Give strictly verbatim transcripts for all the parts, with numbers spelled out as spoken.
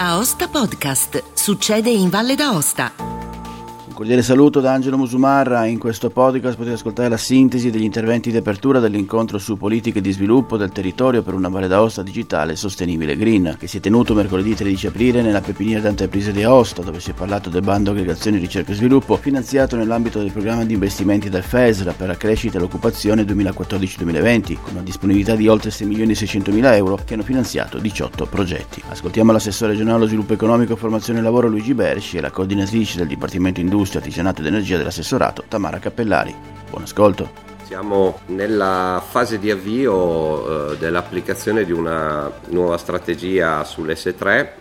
Aosta Podcast. Succede in Valle d'Aosta. Un cordiale saluto da Angelo Musumarra. In questo podcast potete ascoltare la sintesi degli interventi di apertura dell'incontro su politiche di sviluppo del territorio per una Valle d'Aosta digitale sostenibile green, che si è tenuto mercoledì tredici aprile nella pepiniera d'entreprise di Aosta, dove si è parlato del bando aggregazioni ricerca e sviluppo finanziato nell'ambito del programma di investimenti del FESR per la crescita e l'occupazione duemilaquattordici duemilaventi, con una disponibilità di oltre sei milioni e seicentomila euro che hanno finanziato diciotto progetti. Ascoltiamo l'assessore regionale allo sviluppo economico, formazione e lavoro Luigi Bersci e la coordinatrice del Dipartimento Industria, Artigianato ed Energia dell'assessorato Tamara Cappellari. Buon ascolto. Siamo nella fase di avvio eh, dell'applicazione di una nuova strategia sull'esse tre.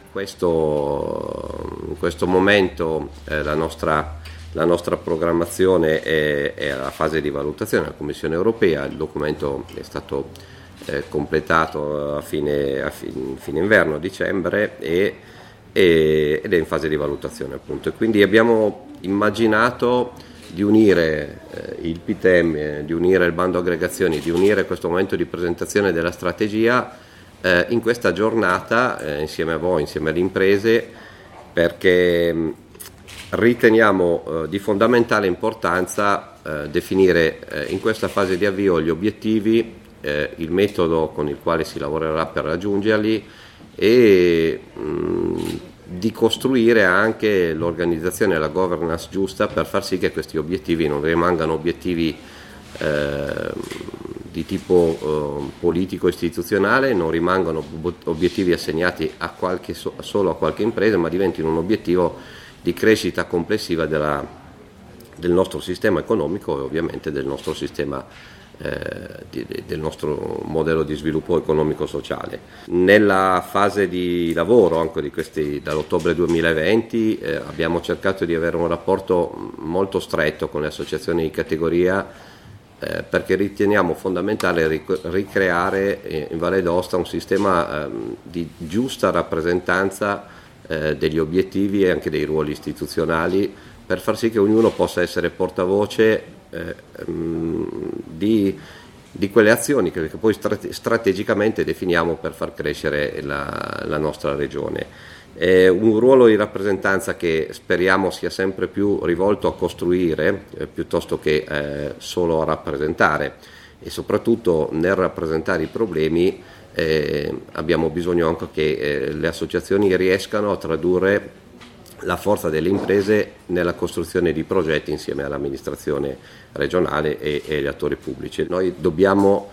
Questo, in questo momento eh, la, nostra, la nostra programmazione è, è alla fase di valutazione della Commissione Europea. Il documento è stato eh, completato a fine, a fine, fine inverno, a dicembre, e ed è in fase di valutazione, appunto, e quindi abbiamo immaginato di unire eh, il P T M, eh, di unire il bando aggregazioni, di unire questo momento di presentazione della strategia eh, in questa giornata eh, insieme a voi, insieme alle imprese, perché mh, riteniamo eh, di fondamentale importanza eh, definire eh, in questa fase di avvio gli obiettivi, eh, il metodo con il quale si lavorerà per raggiungerli e mh, di costruire anche l'organizzazione e la governance giusta per far sì che questi obiettivi non rimangano obiettivi eh, di tipo eh, politico-istituzionale, non rimangano obiettivi assegnati a qualche, solo a qualche impresa, ma diventino un obiettivo di crescita complessiva della, del nostro sistema economico e ovviamente del nostro sistema Eh, di, del nostro modello di sviluppo economico-sociale. Nella fase di lavoro anche di questi, dall'ottobre duemilaventi eh, abbiamo cercato di avere un rapporto molto stretto con le associazioni di categoria eh, perché riteniamo fondamentale ric- ricreare eh, in Valle d'Aosta un sistema eh, di giusta rappresentanza eh, degli obiettivi e anche dei ruoli istituzionali, per far sì che ognuno possa essere portavoce Eh, di, di quelle azioni che, che poi strate, strategicamente definiamo per far crescere la, la nostra regione. È un ruolo di rappresentanza che speriamo sia sempre più rivolto a costruire eh, piuttosto che eh, solo a rappresentare, e soprattutto nel rappresentare i problemi eh, abbiamo bisogno anche che eh, le associazioni riescano a tradurre la forza delle imprese nella costruzione di progetti insieme all'amministrazione regionale e, e agli attori pubblici. Noi dobbiamo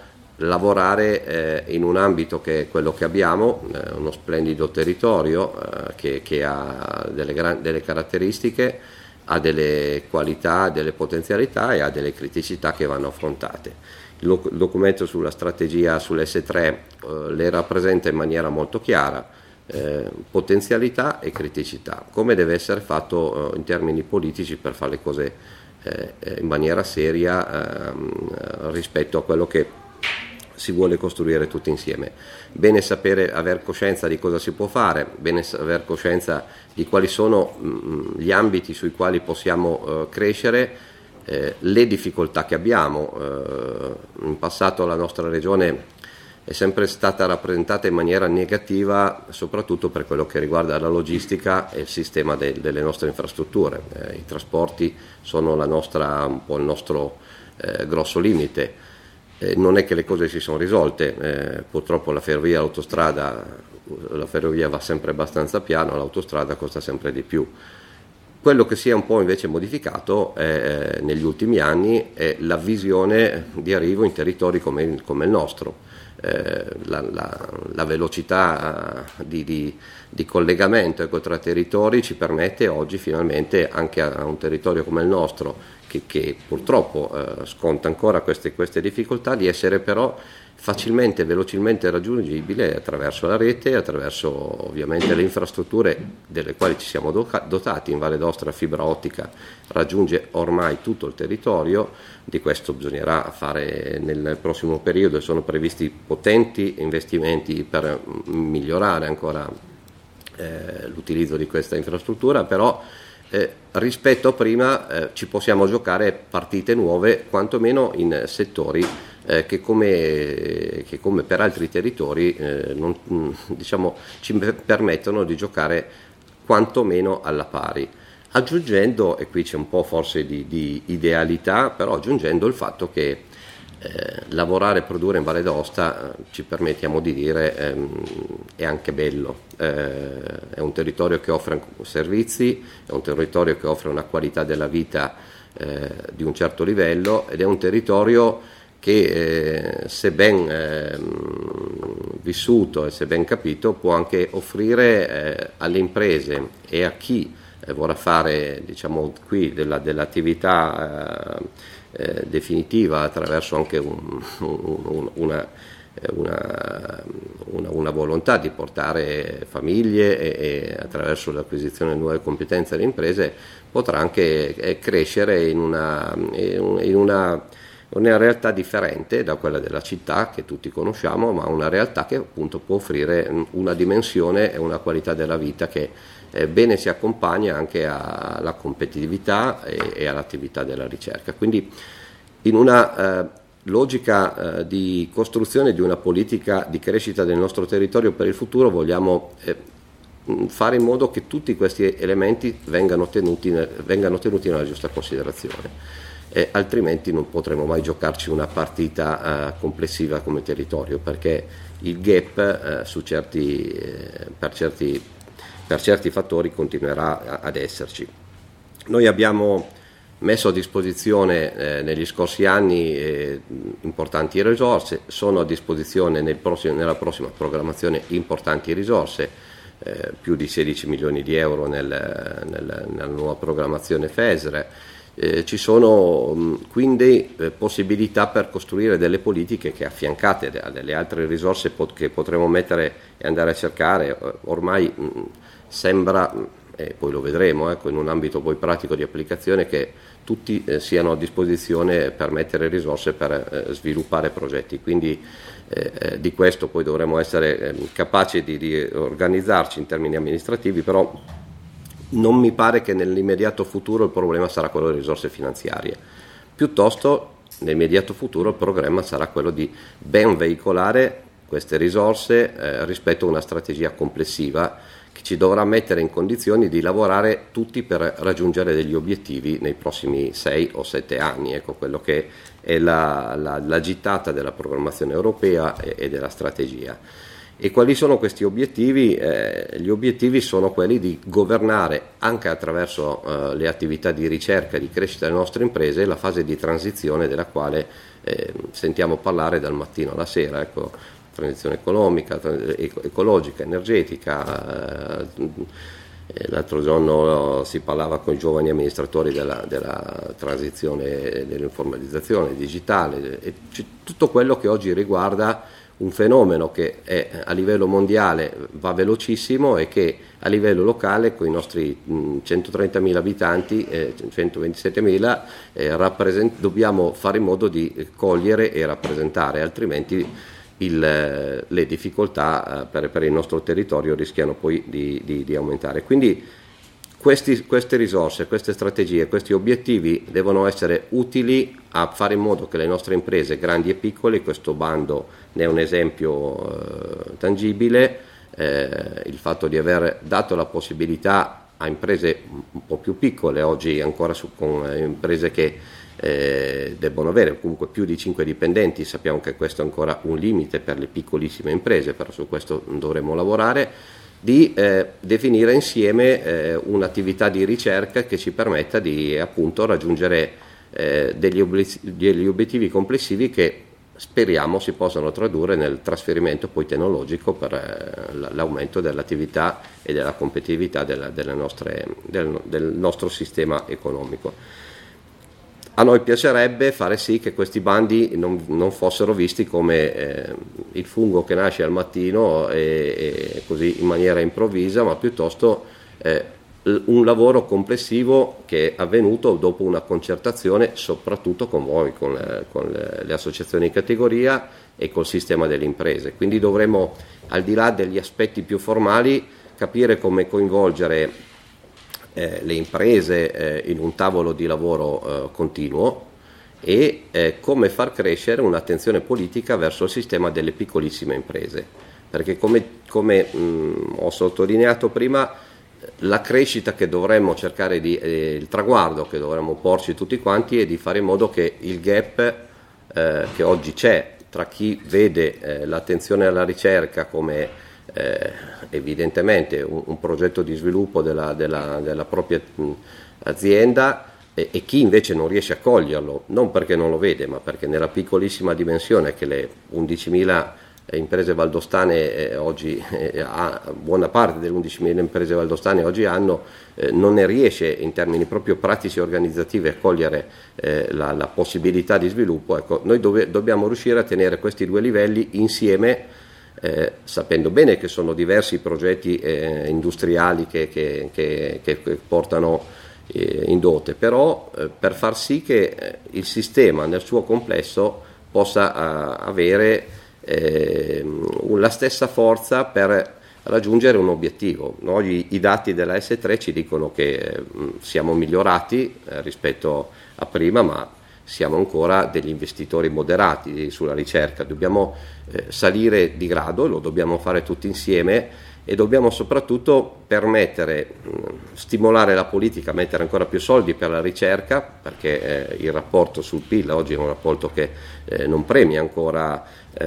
lavorare eh, in un ambito che è quello che abbiamo, eh, uno splendido territorio eh, che, che ha delle, gran, delle caratteristiche, ha delle qualità, delle potenzialità e ha delle criticità che vanno affrontate. Il, il documento sulla strategia sull'esse tre eh, le rappresenta in maniera molto chiara. Eh, potenzialità e criticità, come deve essere fatto eh, in termini politici per fare le cose eh, in maniera seria eh, rispetto a quello che si vuole costruire tutti insieme. Bene sapere, aver coscienza di cosa si può fare, bene aver coscienza di quali sono mh, gli ambiti sui quali possiamo eh, crescere, eh, le difficoltà che abbiamo. Eh, in passato la nostra regione è sempre stata rappresentata in maniera negativa, soprattutto per quello che riguarda la logistica e il sistema de- delle nostre infrastrutture. Eh, I trasporti sono la nostra, un po' il nostro eh, grosso limite. Eh, non è che le cose si sono risolte, eh, purtroppo la ferrovia, l'autostrada, la ferrovia va sempre abbastanza piano, l'autostrada costa sempre di più. Quello che si è un po' invece modificato è, eh, negli ultimi anni è la visione di arrivo in territori come, come il nostro. Eh, la, la, la velocità di, di, di collegamento ecco, tra territori ci permette oggi finalmente anche a, a un territorio come il nostro che, che purtroppo eh, sconta ancora queste, queste difficoltà, di essere però facilmente e velocemente raggiungibile attraverso la rete, attraverso ovviamente le infrastrutture delle quali ci siamo dotati. In Valle d'Aosta fibra ottica raggiunge ormai tutto il territorio, di questo bisognerà fare nel prossimo periodo e sono previsti potenti investimenti per migliorare ancora eh, l'utilizzo di questa infrastruttura, però eh, rispetto a prima eh, ci possiamo giocare partite nuove, quantomeno in settori eh, che, come, che come per altri territori eh, non, diciamo, ci permettono di giocare quantomeno alla pari. Aggiungendo, e qui c'è un po' forse di, di idealità, però aggiungendo il fatto che eh, lavorare e produrre in Valle d'Aosta, eh, ci permettiamo di dire, ehm, è anche bello. Eh, è un territorio che offre servizi, è un territorio che offre una qualità della vita eh, di un certo livello, ed è un territorio che eh, se ben eh, vissuto e se ben capito può anche offrire eh, alle imprese e a chi eh, vorrà fare, diciamo, qui della, dell'attività eh, eh, definitiva attraverso anche un, un, una, una, una, una volontà di portare famiglie e, e attraverso l'acquisizione di nuove competenze alle imprese potrà anche eh, crescere in una, in una una realtà differente da quella della città che tutti conosciamo, ma una realtà che appunto può offrire una dimensione e una qualità della vita che eh, bene si accompagna anche alla competitività e, e all'attività della ricerca. Quindi in una eh, logica eh, di costruzione di una politica di crescita del nostro territorio per il futuro vogliamo eh, fare in modo che tutti questi elementi vengano tenuti, vengano tenuti nella giusta considerazione. Eh, altrimenti non potremo mai giocarci una partita eh, complessiva come territorio, perché il gap eh, su certi, eh, per, certi, per certi fattori continuerà a, ad esserci. Noi abbiamo messo a disposizione eh, negli scorsi anni eh, importanti risorse, sono a disposizione nel prossimo, nella prossima programmazione importanti risorse, eh, più di sedici milioni di euro nel, nel, nella nuova programmazione FESR. Eh, ci sono mh, quindi eh, possibilità per costruire delle politiche che, affiancate a delle altre risorse pot- che potremo mettere e andare a cercare, eh, ormai mh, sembra, e eh, poi lo vedremo ecco, in un ambito poi pratico di applicazione, che tutti eh, siano a disposizione per mettere risorse per eh, sviluppare progetti. Quindi eh, eh, di questo poi dovremo essere eh, capaci di, di organizzarci in termini amministrativi, però non mi pare che nell'immediato futuro il problema sarà quello delle risorse finanziarie, piuttosto nell'immediato futuro il programma sarà quello di ben veicolare queste risorse eh, rispetto a una strategia complessiva che ci dovrà mettere in condizioni di lavorare tutti per raggiungere degli obiettivi nei prossimi sei o sette anni, ecco quello che è la, la, la gittata della programmazione europea e, e della strategia. E quali sono questi obiettivi? Eh, gli obiettivi sono quelli di governare anche attraverso eh, le attività di ricerca e di crescita delle nostre imprese la fase di transizione della quale eh, sentiamo parlare dal mattino alla sera, ecco, transizione economica, ecologica, energetica. Eh, l'altro giorno si parlava con i giovani amministratori della, della transizione dell'informatizzazione digitale e tutto quello che oggi riguarda un fenomeno che è, a livello mondiale va velocissimo e che a livello locale con i nostri mh, centotrentamila abitanti, eh, centoventisettemila, eh, rappresent- dobbiamo fare in modo di cogliere e rappresentare, altrimenti il, le difficoltà eh, per, per il nostro territorio rischiano poi di, di, di aumentare. Quindi Questi, queste risorse, queste strategie, questi obiettivi devono essere utili a fare in modo che le nostre imprese grandi e piccole, questo bando ne è un esempio eh, tangibile, eh, il fatto di aver dato la possibilità a imprese un po' più piccole, oggi ancora su, con eh, imprese che eh, debbono avere comunque più di cinque dipendenti, sappiamo che questo è ancora un limite per le piccolissime imprese, però su questo dovremo lavorare, di eh, definire insieme eh, un'attività di ricerca che ci permetta di appunto raggiungere eh, degli, obiet- degli obiettivi complessivi che speriamo si possano tradurre nel trasferimento poi tecnologico per eh, l'aumento dell'attività e della competitività della, delle nostre, del, del nostro sistema economico. A noi piacerebbe fare sì che questi bandi non, non fossero visti come eh, il fungo che nasce al mattino e, e così in maniera improvvisa, ma piuttosto eh, un lavoro complessivo che è avvenuto dopo una concertazione soprattutto con voi, con, eh, con le, le associazioni di categoria e col sistema delle imprese. Quindi dovremo, al di là degli aspetti più formali, capire come coinvolgere Eh, le imprese eh, in un tavolo di lavoro eh, continuo e eh, come far crescere un'attenzione politica verso il sistema delle piccolissime imprese, perché come, come mh, ho sottolineato prima, la crescita che dovremmo cercare di, eh, il traguardo che dovremmo porci tutti quanti è di fare in modo che il gap eh, che oggi c'è tra chi vede eh, l'attenzione alla ricerca come eh, evidentemente un, un progetto di sviluppo della, della, della propria mh, azienda e, e chi invece non riesce a coglierlo, non perché non lo vede, ma perché nella piccolissima dimensione che le undicimila imprese valdostane eh, oggi, eh, ha, buona parte delle undicimila imprese valdostane oggi hanno, eh, non ne riesce in termini proprio pratici e organizzativi a cogliere eh, la, la possibilità di sviluppo. Ecco, noi dove, dobbiamo riuscire a tenere questi due livelli insieme, eh, sapendo bene che sono diversi i progetti eh, industriali che, che, che, che portano eh, in dote, però eh, per far sì che eh, il sistema nel suo complesso possa eh, avere Eh, la stessa forza per raggiungere un obiettivo. Noi, i dati della S tre ci dicono che eh, siamo migliorati eh, rispetto a prima, ma siamo ancora degli investitori moderati sulla ricerca. Dobbiamo eh, salire di grado, lo dobbiamo fare tutti insieme e dobbiamo soprattutto permettere, mh, stimolare la politica a mettere ancora più soldi per la ricerca, perché eh, il rapporto sul P I L oggi è un rapporto che eh, non premia ancora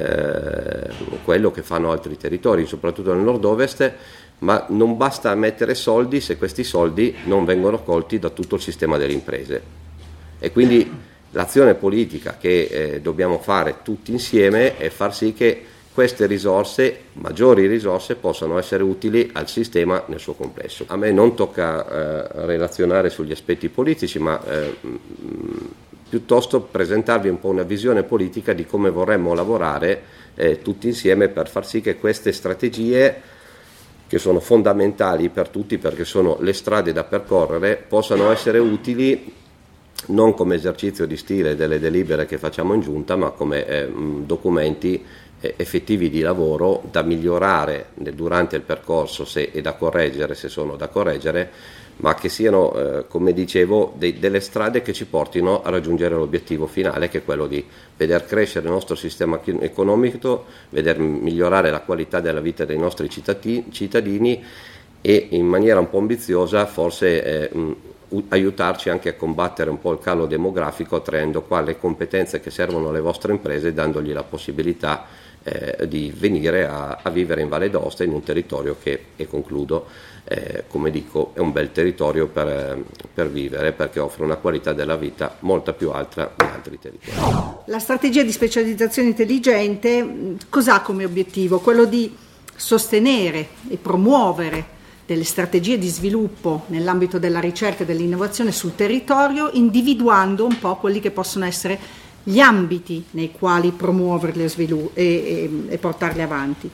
eh, quello che fanno altri territori, soprattutto nel nord-ovest, ma non basta mettere soldi se questi soldi non vengono colti da tutto il sistema delle imprese. E quindi l'azione politica che eh, dobbiamo fare tutti insieme è far sì che queste risorse, maggiori risorse, possano essere utili al sistema nel suo complesso. A me non tocca eh, relazionare sugli aspetti politici, ma eh, mh, piuttosto presentarvi un po' una visione politica di come vorremmo lavorare eh, tutti insieme per far sì che queste strategie, che sono fondamentali per tutti perché sono le strade da percorrere, possano essere utili non come esercizio di stile delle delibere che facciamo in giunta, ma come eh, mh, documenti effettivi di lavoro da migliorare durante il percorso se, e da correggere se sono da correggere, ma che siano, eh, come dicevo, dei, delle strade che ci portino a raggiungere l'obiettivo finale, che è quello di veder crescere il nostro sistema economico, veder migliorare la qualità della vita dei nostri cittadini, cittadini e in maniera un po' ambiziosa forse eh, mh, aiutarci anche a combattere un po' il calo demografico, attraendo qua le competenze che servono alle vostre imprese e dandogli la possibilità eh, di venire a, a vivere in Valle d'Aosta, in un territorio che, e concludo, eh, come dico, è un bel territorio per, per vivere, perché offre una qualità della vita molto più alta di altri territori. La strategia di specializzazione intelligente cos'ha come obiettivo? Quello di sostenere e promuovere delle strategie di sviluppo nell'ambito della ricerca e dell'innovazione sul territorio, individuando un po' quelli che possono essere gli ambiti nei quali promuoverli e, svilu- e, e, e portarli avanti.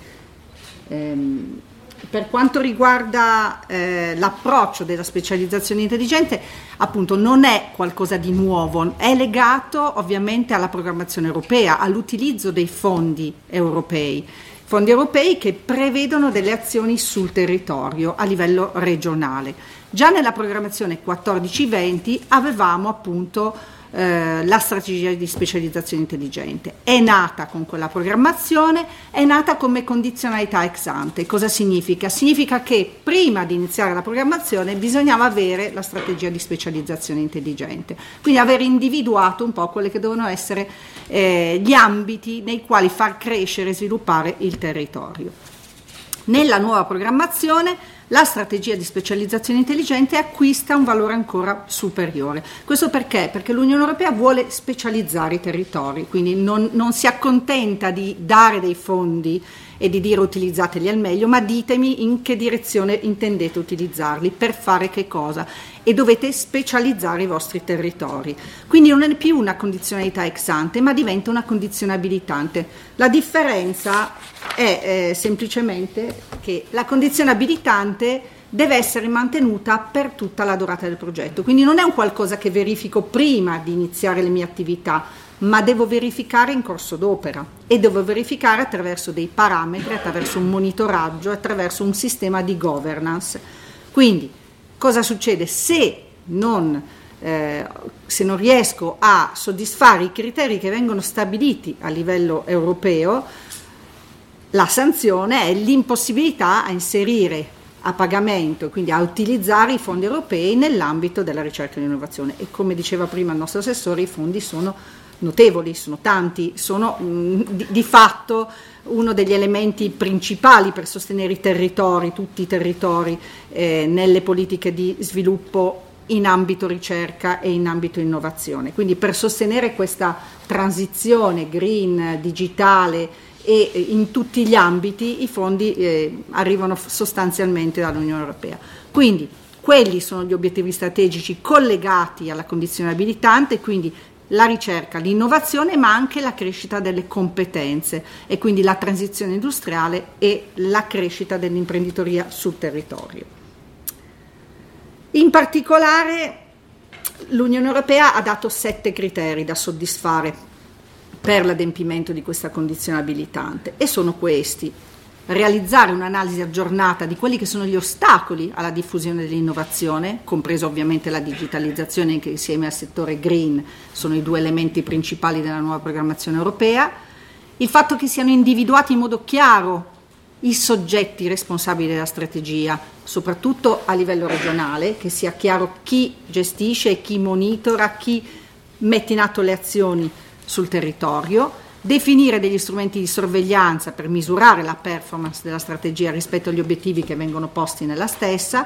Ehm, per quanto riguarda eh, l'approccio della specializzazione intelligente, appunto non è qualcosa di nuovo, è legato ovviamente alla programmazione europea, all'utilizzo dei fondi europei. Fondi europei che prevedono delle azioni sul territorio a livello regionale. Già nella programmazione quattordici venti avevamo appunto eh, la strategia di specializzazione intelligente. È nata con quella programmazione, è nata come condizionalità ex ante. Cosa significa? Significa che prima di iniziare la programmazione bisognava avere la strategia di specializzazione intelligente, quindi aver individuato un po' quelli che devono essere eh, gli ambiti nei quali far crescere e sviluppare il territorio. Nella nuova programmazione la strategia di specializzazione intelligente acquista un valore ancora superiore. Questo perché? Perché l'Unione Europea vuole specializzare i territori, quindi non, non si accontenta di dare dei fondi e di dire utilizzateli al meglio, ma ditemi in che direzione intendete utilizzarli, per fare che cosa, e dovete specializzare i vostri territori. Quindi non è più una condizionalità ex ante, ma diventa una condizione abilitante. La differenza è eh, semplicemente che la condizione abilitante deve essere mantenuta per tutta la durata del progetto, quindi non è un qualcosa che verifico prima di iniziare le mie attività, ma devo verificare in corso d'opera e devo verificare attraverso dei parametri, attraverso un monitoraggio, attraverso un sistema di governance. Quindi cosa succede se non eh, se non riesco a soddisfare i criteri che vengono stabiliti a livello europeo, la sanzione è l'impossibilità a inserire a pagamento, quindi a utilizzare i fondi europei nell'ambito della ricerca e dell'innovazione. E come diceva prima il nostro assessore, i fondi sono notevoli, sono tanti, sono mh, di, di fatto uno degli elementi principali per sostenere i territori, tutti i territori, eh, nelle politiche di sviluppo in ambito ricerca e in ambito innovazione. Quindi per sostenere questa transizione green, digitale e in tutti gli ambiti, i fondi eh, arrivano sostanzialmente dall'Unione Europea. Quindi quelli sono gli obiettivi strategici collegati alla condizione abilitante, quindi la ricerca, l'innovazione, ma anche la crescita delle competenze e quindi la transizione industriale e la crescita dell'imprenditoria sul territorio. In particolare l'Unione Europea ha dato sette criteri da soddisfare per l'adempimento di questa condizione abilitante, e sono questi: realizzare un'analisi aggiornata di quelli che sono gli ostacoli alla diffusione dell'innovazione, compresa ovviamente la digitalizzazione, che insieme al settore green sono i due elementi principali della nuova programmazione europea, il fatto che siano individuati in modo chiaro i soggetti responsabili della strategia, soprattutto a livello regionale, che sia chiaro chi gestisce e chi monitora, chi mette in atto le azioni sul territorio, definire degli strumenti di sorveglianza per misurare la performance della strategia rispetto agli obiettivi che vengono posti nella stessa,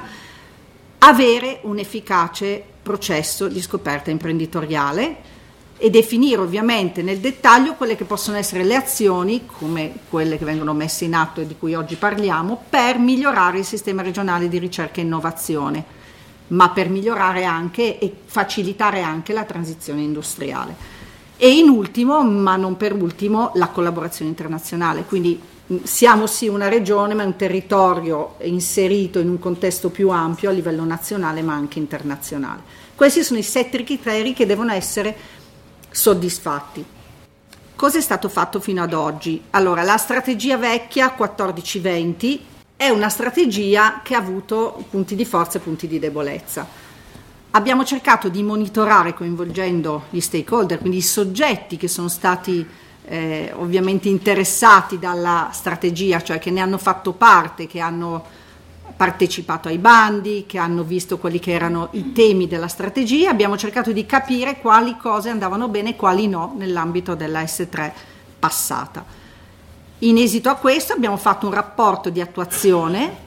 avere un efficace processo di scoperta imprenditoriale e definire ovviamente nel dettaglio quelle che possono essere le azioni, come quelle che vengono messe in atto e di cui oggi parliamo, per migliorare il sistema regionale di ricerca e innovazione, ma per migliorare anche e facilitare anche la transizione industriale. E in ultimo, ma non per ultimo, la collaborazione internazionale. Quindi siamo sì una regione, ma un territorio inserito in un contesto più ampio a livello nazionale, ma anche internazionale. Questi sono i sette criteri che devono essere soddisfatti. Cosa è stato fatto fino ad oggi? Allora, la strategia vecchia quattordici venti è una strategia che ha avuto punti di forza e punti di debolezza. Abbiamo cercato di monitorare coinvolgendo gli stakeholder, quindi i soggetti che sono stati eh, ovviamente interessati dalla strategia, cioè che ne hanno fatto parte, che hanno partecipato ai bandi, che hanno visto quelli che erano i temi della strategia. Abbiamo cercato di capire quali cose andavano bene e quali no nell'ambito della S tre passata. In esito a questo abbiamo fatto un rapporto di attuazione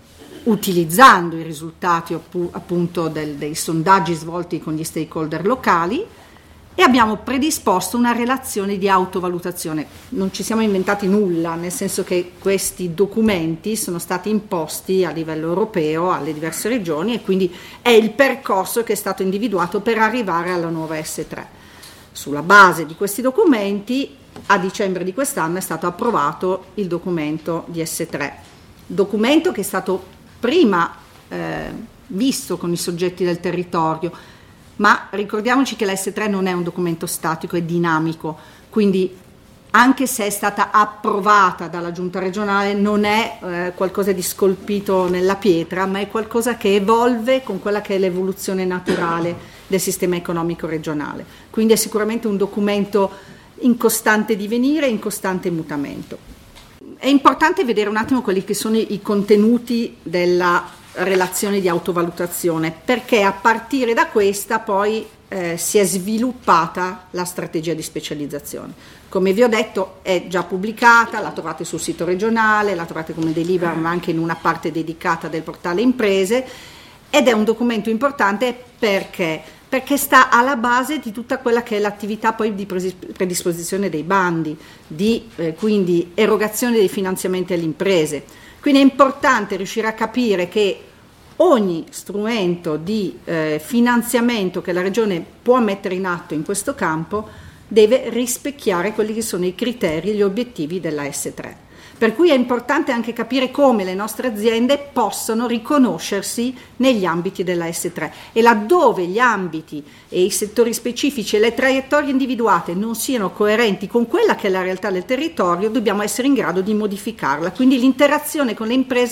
utilizzando i risultati appunto del, dei sondaggi svolti con gli stakeholder locali, e abbiamo predisposto una relazione di autovalutazione. Non ci siamo inventati nulla, nel senso che questi documenti sono stati imposti a livello europeo alle diverse regioni, e quindi è il percorso che è stato individuato per arrivare alla nuova S tre. Sulla base di questi documenti, a dicembre di quest'anno è stato approvato il documento di S tre, documento che è stato prima eh, visto con i soggetti del territorio, ma ricordiamoci che la S tre non è un documento statico, è dinamico, quindi anche se è stata approvata dalla giunta regionale non è eh, qualcosa di scolpito nella pietra, ma è qualcosa che evolve con quella che è l'evoluzione naturale del sistema economico regionale. Quindi è sicuramente un documento in costante divenire, in costante mutamento. È importante vedere un attimo quelli che sono i contenuti della relazione di autovalutazione, perché a partire da questa poi eh, si è sviluppata la strategia di specializzazione. Come vi ho detto, è già pubblicata, la trovate sul sito regionale, la trovate come delibera, ma anche in una parte dedicata del portale imprese, ed è un documento importante perché perché sta alla base di tutta quella che è l'attività poi di predisposizione dei bandi, di eh, quindi erogazione dei finanziamenti alle imprese. Quindi è importante riuscire a capire che ogni strumento di eh, finanziamento che la Regione può mettere in atto in questo campo deve rispecchiare quelli che sono i criteri e gli obiettivi della S tre. Per cui è importante anche capire come le nostre aziende possono riconoscersi negli ambiti della S tre, e laddove gli ambiti e i settori specifici e le traiettorie individuate non siano coerenti con quella che è la realtà del territorio, dobbiamo essere in grado di modificarla. Quindi l'interazione con le imprese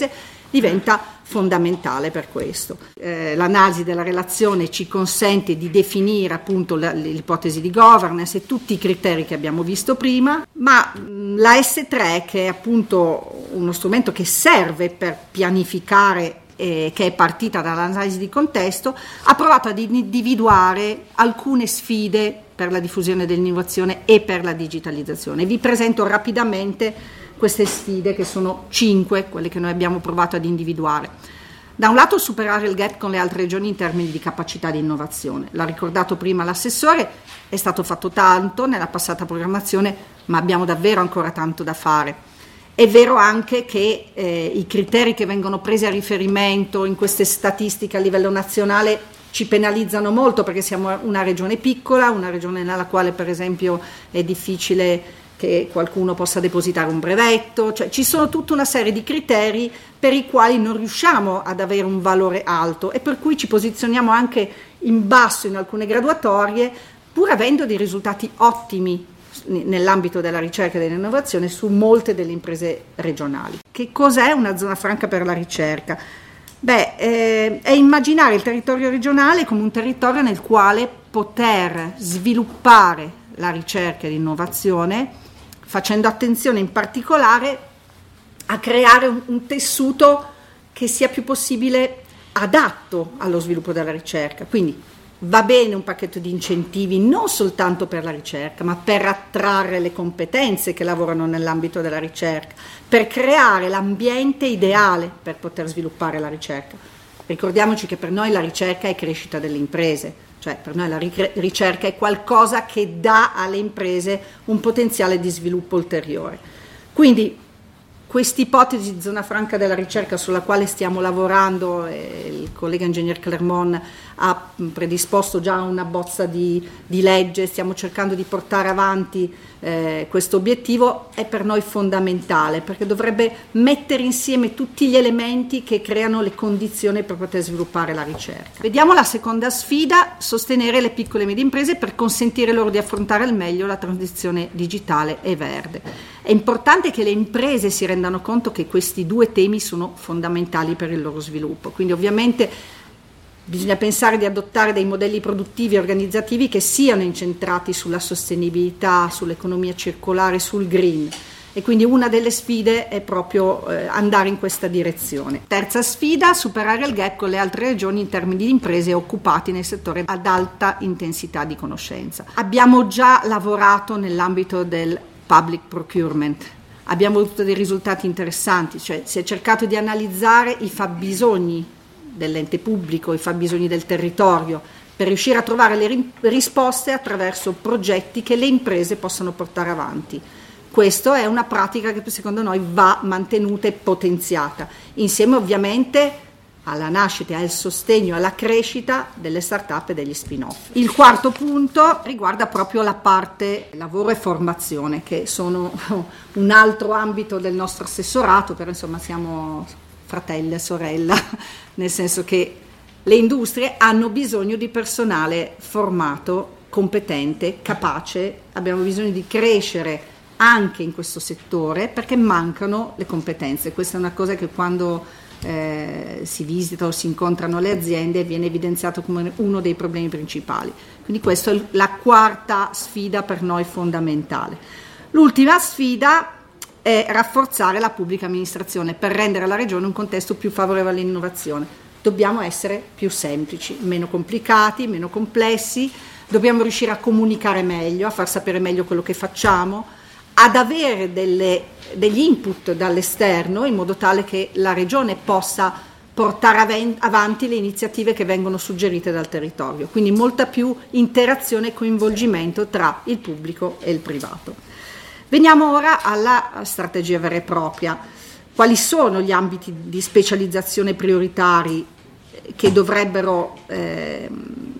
diventa fondamentale per questo. Eh, l'analisi della relazione ci consente di definire appunto la, l'ipotesi di governance e tutti i criteri che abbiamo visto prima, ma mh, la S tre, che è appunto uno strumento che serve per pianificare, eh, che è partita dall'analisi di contesto, ha provato ad individuare alcune sfide per la diffusione dell'innovazione e per la digitalizzazione. Vi presento rapidamente queste sfide, che sono cinque, quelle che noi abbiamo provato ad individuare. Da un lato, superare il gap con le altre regioni in termini di capacità di innovazione. L'ha ricordato prima l'assessore, è stato fatto tanto nella passata programmazione, ma abbiamo davvero ancora tanto da fare. È vero anche che eh, i criteri che vengono presi a riferimento in queste statistiche a livello nazionale ci penalizzano molto, perché siamo una regione piccola, una regione nella quale per esempio è difficile che qualcuno possa depositare un brevetto, cioè ci sono tutta una serie di criteri per i quali non riusciamo ad avere un valore alto e per cui ci posizioniamo anche in basso in alcune graduatorie, pur avendo dei risultati ottimi nell'ambito della ricerca e dell'innovazione su molte delle imprese regionali. Che cos'è una zona franca per la ricerca? Beh, eh, è immaginare il territorio regionale come un territorio nel quale poter sviluppare la ricerca e l'innovazione, facendo attenzione in particolare a creare un, un tessuto che sia più possibile adatto allo sviluppo della ricerca. Quindi va bene un pacchetto di incentivi non soltanto per la ricerca, ma per attrarre le competenze che lavorano nell'ambito della ricerca, per creare l'ambiente ideale per poter sviluppare la ricerca. Ricordiamoci che per noi la ricerca è crescita delle imprese. Cioè per noi la ricerca è qualcosa che dà alle imprese un potenziale di sviluppo ulteriore. Quindi quest'ipotesi di zona franca della ricerca sulla quale stiamo lavorando, eh, il collega ingegner Clermont ha predisposto già una bozza di, di legge, stiamo cercando di portare avanti eh, questo obiettivo, è per noi fondamentale perché dovrebbe mettere insieme tutti gli elementi che creano le condizioni per poter sviluppare la ricerca. Vediamo la seconda sfida: sostenere le piccole e medie imprese per consentire loro di affrontare al meglio la transizione digitale e verde. È importante che le imprese si rendano conto che questi due temi sono fondamentali per il loro sviluppo, quindi ovviamente bisogna pensare di adottare dei modelli produttivi e organizzativi che siano incentrati sulla sostenibilità, sull'economia circolare, sul green, e quindi una delle sfide è proprio eh, andare in questa direzione. Terza sfida: superare il gap con le altre regioni in termini di imprese occupati nel settore ad alta intensità di conoscenza. Abbiamo già lavorato nell'ambito del public procurement, abbiamo avuto dei risultati interessanti, cioè si è cercato di analizzare i fabbisogni dell'ente pubblico, i fabbisogni del territorio, per riuscire a trovare le ri- risposte attraverso progetti che le imprese possano portare avanti. Questa è una pratica che secondo noi va mantenuta e potenziata, insieme ovviamente alla nascita, al sostegno, alla crescita delle start-up e degli spin-off. Il quarto punto riguarda proprio la parte lavoro e formazione, che sono un altro ambito del nostro assessorato, però insomma siamo fratelli e sorella, nel senso che le industrie hanno bisogno di personale formato, competente, capace, abbiamo bisogno di crescere anche in questo settore perché mancano le competenze. Questa è una cosa che quando eh, si visita o si incontrano le aziende viene evidenziato come uno dei problemi principali. Quindi questa è la quarta sfida per noi fondamentale. L'ultima sfida è rafforzare la pubblica amministrazione per rendere alla regione un contesto più favorevole all'innovazione. Dobbiamo essere più semplici, meno complicati, meno complessi, dobbiamo riuscire a comunicare meglio, a far sapere meglio quello che facciamo, ad avere delle, degli input dall'esterno in modo tale che la regione possa portare avanti le iniziative che vengono suggerite dal territorio, quindi molta più interazione e coinvolgimento tra il pubblico e il privato. Veniamo ora alla strategia vera e propria. Quali sono gli ambiti di specializzazione prioritari che dovrebbero eh,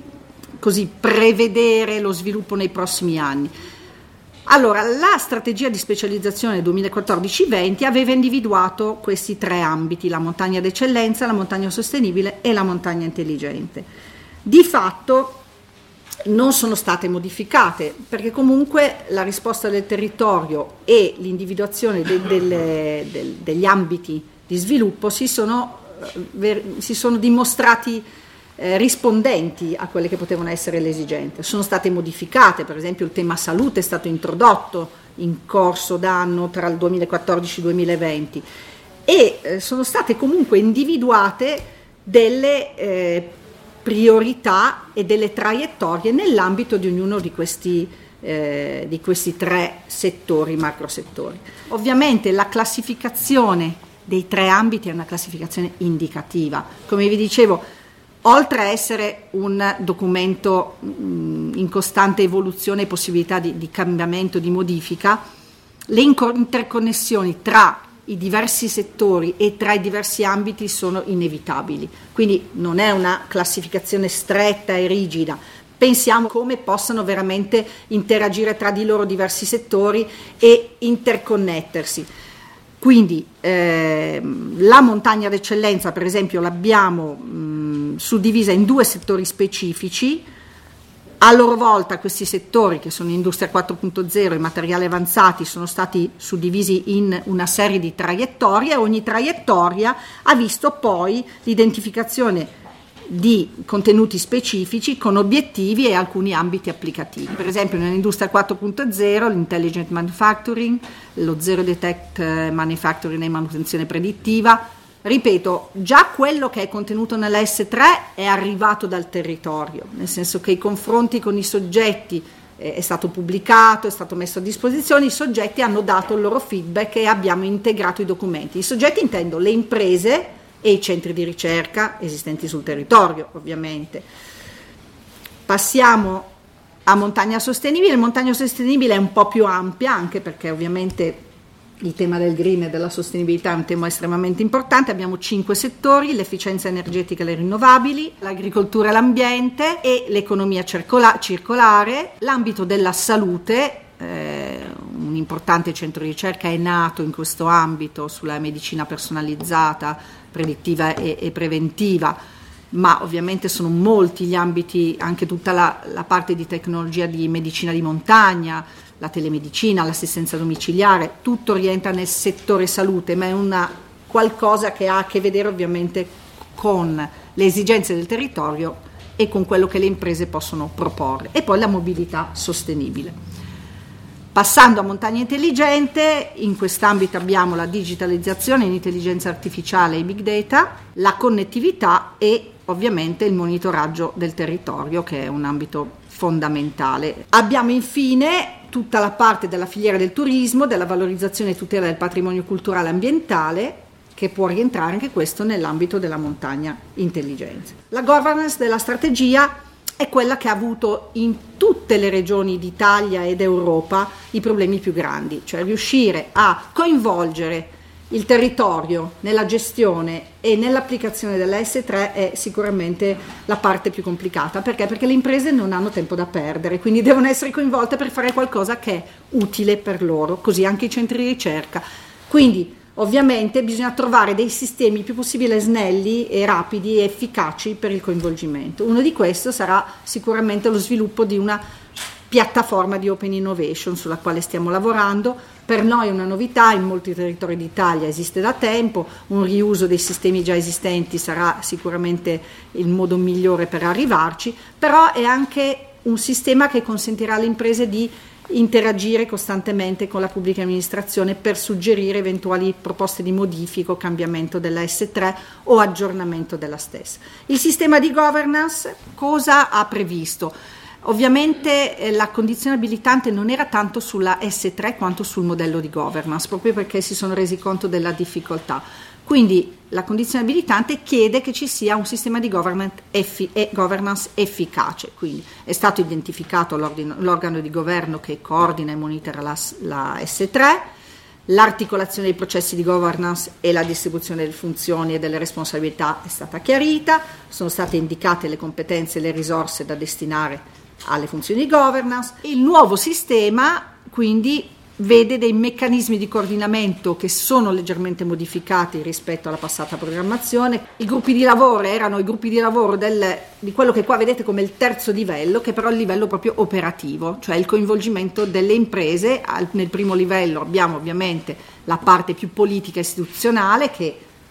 così prevedere lo sviluppo nei prossimi anni? Allora, la strategia di specializzazione duemilaquattordici venti aveva individuato questi tre ambiti: la montagna d'eccellenza, la montagna sostenibile e la montagna intelligente. Di fatto non sono state modificate perché comunque la risposta del territorio e l'individuazione de, delle, del, degli ambiti di sviluppo si sono, ver- si sono dimostrati eh, rispondenti a quelle che potevano essere le esigenze. Sono state modificate, per esempio il tema salute è stato introdotto in corso d'anno tra il duemilaquattordici e il duemilaventi e eh, sono state comunque individuate delle eh, priorità e delle traiettorie nell'ambito di ognuno di questi, eh, di questi tre settori, macrosettori. Ovviamente la classificazione dei tre ambiti è una classificazione indicativa. Come vi dicevo, oltre a essere un documento mh, in costante evoluzione e possibilità di, di cambiamento, di modifica, le interconnessioni tra i diversi settori e tra i diversi ambiti sono inevitabili, quindi non è una classificazione stretta e rigida. Pensiamo come possano veramente interagire tra di loro diversi settori e interconnettersi. Quindi eh, la montagna d'eccellenza, per esempio, l'abbiamo mh, suddivisa in due settori specifici. A loro volta questi settori, che sono Industria quattro punto zero e materiali avanzati, sono stati suddivisi in una serie di traiettorie e ogni traiettoria ha visto poi l'identificazione di contenuti specifici con obiettivi e alcuni ambiti applicativi. Per esempio nell'Industria quattro punto zero l'intelligent manufacturing, lo zero detect manufacturing e manutenzione predittiva. Ripeto, già quello che è contenuto nella S tre è arrivato dal territorio, nel senso che i confronti con i soggetti eh, è stato pubblicato, è stato messo a disposizione, i soggetti hanno dato il loro feedback e abbiamo integrato i documenti. I soggetti intendo le imprese e i centri di ricerca esistenti sul territorio, ovviamente. Passiamo a montagna sostenibile. Montagna sostenibile è un po' più ampia, anche perché ovviamente il tema del green e della sostenibilità è un tema estremamente importante. Abbiamo cinque settori: l'efficienza energetica e le rinnovabili, l'agricoltura e l'ambiente e l'economia circola- circolare, l'ambito della salute. Eh, un importante centro di ricerca è nato in questo ambito sulla medicina personalizzata, predittiva e, e preventiva, ma ovviamente sono molti gli ambiti, anche tutta la, la parte di tecnologia di medicina di montagna, la telemedicina, l'assistenza domiciliare, tutto rientra nel settore salute, ma è una qualcosa che ha a che vedere ovviamente con le esigenze del territorio e con quello che le imprese possono proporre. E poi la mobilità sostenibile. Passando a montagna intelligente, in quest'ambito abbiamo la digitalizzazione, l'intelligenza artificiale e i big data, la connettività e ovviamente il monitoraggio del territorio, che è un ambito fondamentale. Abbiamo infine tutta la parte della filiera del turismo, della valorizzazione e tutela del patrimonio culturale e ambientale, che può rientrare anche questo nell'ambito della montagna intelligenza. La governance della strategia è quella che ha avuto in tutte le regioni d'Italia ed Europa i problemi più grandi, cioè riuscire a coinvolgere il territorio nella gestione e nell'applicazione della S tre è sicuramente la parte più complicata. Perché? Perché le imprese non hanno tempo da perdere, quindi devono essere coinvolte per fare qualcosa che è utile per loro, così anche i centri di ricerca. Quindi ovviamente bisogna trovare dei sistemi il più possibile snelli e rapidi e efficaci per il coinvolgimento. Uno di questi sarà sicuramente lo sviluppo di una piattaforma di open innovation sulla quale stiamo lavorando. Per noi è una novità, in molti territori d'Italia esiste da tempo, un riuso dei sistemi già esistenti sarà sicuramente il modo migliore per arrivarci, però è anche un sistema che consentirà alle imprese di interagire costantemente con la pubblica amministrazione per suggerire eventuali proposte di modifica o cambiamento della S tre o aggiornamento della stessa. Il sistema di governance cosa ha previsto? Ovviamente eh, la condizione abilitante non era tanto sulla S tre quanto sul modello di governance, proprio perché si sono resi conto della difficoltà. Quindi la condizione abilitante chiede che ci sia un sistema di governance, effi- e governance efficace, quindi è stato identificato l'organo di governo che coordina e monitora la, la S tre, l'articolazione dei processi di governance e la distribuzione delle funzioni e delle responsabilità è stata chiarita, sono state indicate le competenze e le risorse da destinare alle funzioni di governance. Il nuovo sistema quindi vede dei meccanismi di coordinamento che sono leggermente modificati rispetto alla passata programmazione. I gruppi di lavoro erano i gruppi di lavoro del, di quello che qua vedete come il terzo livello, che però è il livello proprio operativo, cioè il coinvolgimento delle imprese. Nel primo livello abbiamo ovviamente la parte più politica e istituzionale che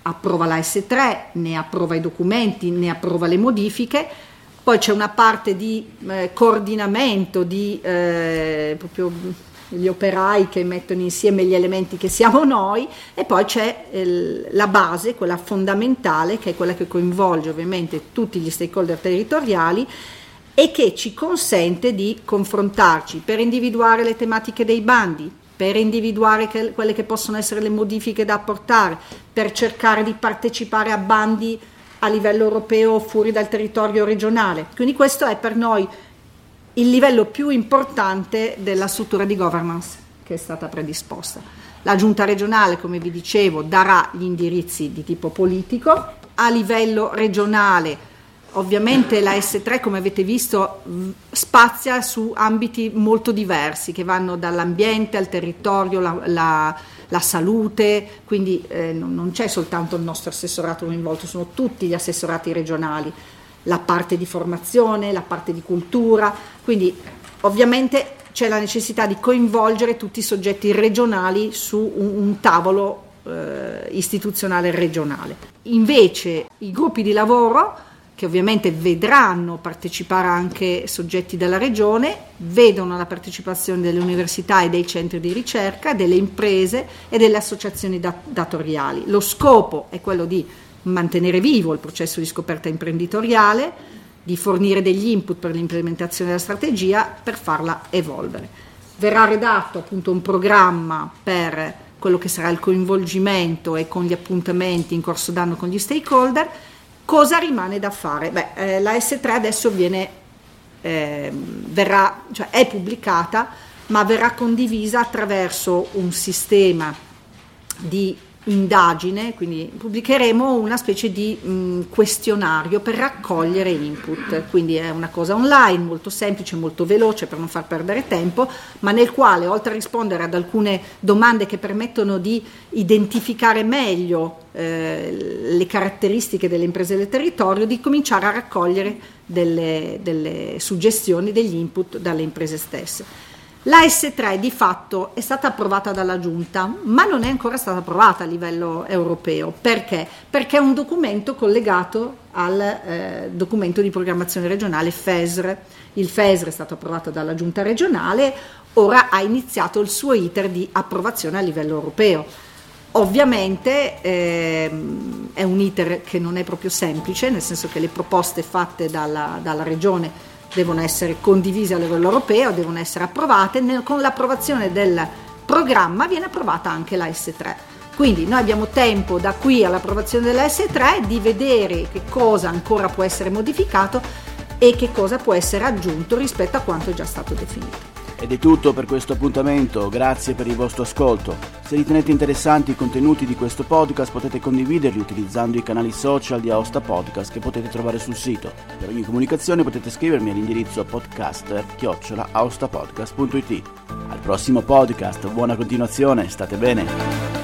approva la S tre, ne approva i documenti, ne approva le modifiche, poi c'è una parte di eh, coordinamento di eh, proprio gli operai che mettono insieme gli elementi che siamo noi, e poi c'è il, la base, quella fondamentale, che è quella che coinvolge ovviamente tutti gli stakeholder territoriali e che ci consente di confrontarci per individuare le tematiche dei bandi, per individuare che, quelle che possono essere le modifiche da apportare, per cercare di partecipare a bandi a livello europeo fuori dal territorio regionale. Quindi questo è per noi il livello più importante della struttura di governance che è stata predisposta. La giunta regionale, come vi dicevo, darà gli indirizzi di tipo politico. A livello regionale, ovviamente la S tre, come avete visto, spazia su ambiti molto diversi che vanno dall'ambiente al territorio, la, la, la salute, quindi eh, non, non c'è soltanto il nostro assessorato coinvolto, sono tutti gli assessorati regionali, la parte di formazione, la parte di cultura, quindi ovviamente c'è la necessità di coinvolgere tutti i soggetti regionali su un, un tavolo eh, istituzionale regionale. Invece i gruppi di lavoro, che ovviamente vedranno partecipare anche soggetti della regione, vedono la partecipazione delle università e dei centri di ricerca, delle imprese e delle associazioni dat- datoriali. Lo scopo è quello di mantenere vivo il processo di scoperta imprenditoriale, di fornire degli input per l'implementazione della strategia per farla evolvere. Verrà redatto appunto un programma per quello che sarà il coinvolgimento e con gli appuntamenti in corso d'anno con gli stakeholder. Cosa rimane da fare? Beh, eh, la S tre adesso viene, eh, verrà, cioè è pubblicata, ma verrà condivisa attraverso un sistema di indagine, quindi pubblicheremo una specie di mh, questionario per raccogliere input, quindi è una cosa online molto semplice, molto veloce per non far perdere tempo, ma nel quale, oltre a rispondere ad alcune domande che permettono di identificare meglio eh, le caratteristiche delle imprese del territorio, di cominciare a raccogliere delle, delle suggestioni, degli input dalle imprese stesse. La S tre di fatto è stata approvata dalla Giunta, ma non è ancora stata approvata a livello europeo. Perché? Perché è un documento collegato al eh, documento di programmazione regionale F E S R. Il F E S R è stato approvato dalla Giunta regionale, ora ha iniziato il suo iter di approvazione a livello europeo. Ovviamente ehm, è un iter che non è proprio semplice, nel senso che le proposte fatte dalla, dalla regione devono essere condivise a livello europeo, devono essere approvate. Nel, con l'approvazione del programma viene approvata anche la S tre. Quindi noi abbiamo tempo da qui all'approvazione della S tre di vedere che cosa ancora può essere modificato e che cosa può essere aggiunto rispetto a quanto è già stato definito. Ed è tutto per questo appuntamento, grazie per il vostro ascolto. Se ritenete interessanti i contenuti di questo podcast potete condividerli utilizzando i canali social di Aosta Podcast che potete trovare sul sito. Per ogni comunicazione potete scrivermi all'indirizzo podcaster chiocciola aostapodcast punto it. Al prossimo podcast, buona continuazione, state bene!